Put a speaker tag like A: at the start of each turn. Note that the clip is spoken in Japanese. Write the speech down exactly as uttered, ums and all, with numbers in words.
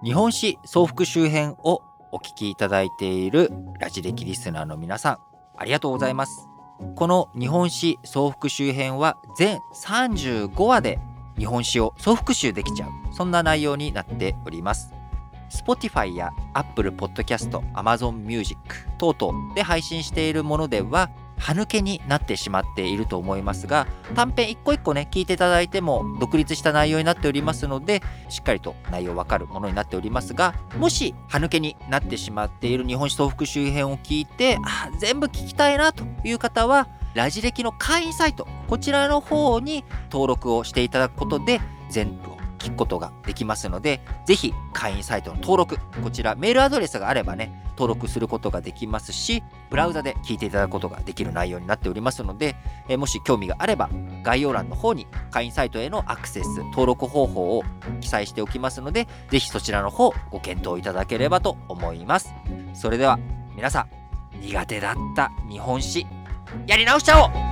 A: 日本史総復習編をお聞きいただいているラジ歴リスナーの皆さん、ありがとうございます。この日本史総復習編は全さんじゅうごわで日本史を総復習できちゃう、そんな内容になっております。 Spotify や Apple Podcast、Amazon Music 等々で配信しているものでは歯抜けになってしまっていると思いますが、短編一個一個ね聞いていただいても独立した内容になっておりますので、しっかりと内容わかるものになっておりますが、もし歯抜けになってしまっている日本史総復習編を聞いて、あ全部聞きたいなという方はラジ歴の会員サイト、こちらの方に登録をしていただくことで全部を聞くことができますので、ぜひ会員サイトの登録、こちらメールアドレスがあればね登録することができますし、ブラウザで聞いていただくことができる内容になっておりますので、えもし興味があれば概要欄の方に会員サイトへのアクセス登録方法を記載しておきますので、ぜひそちらの方ご検討いただければと思います。それでは皆さん、苦手だった日本史やり直しちゃおう。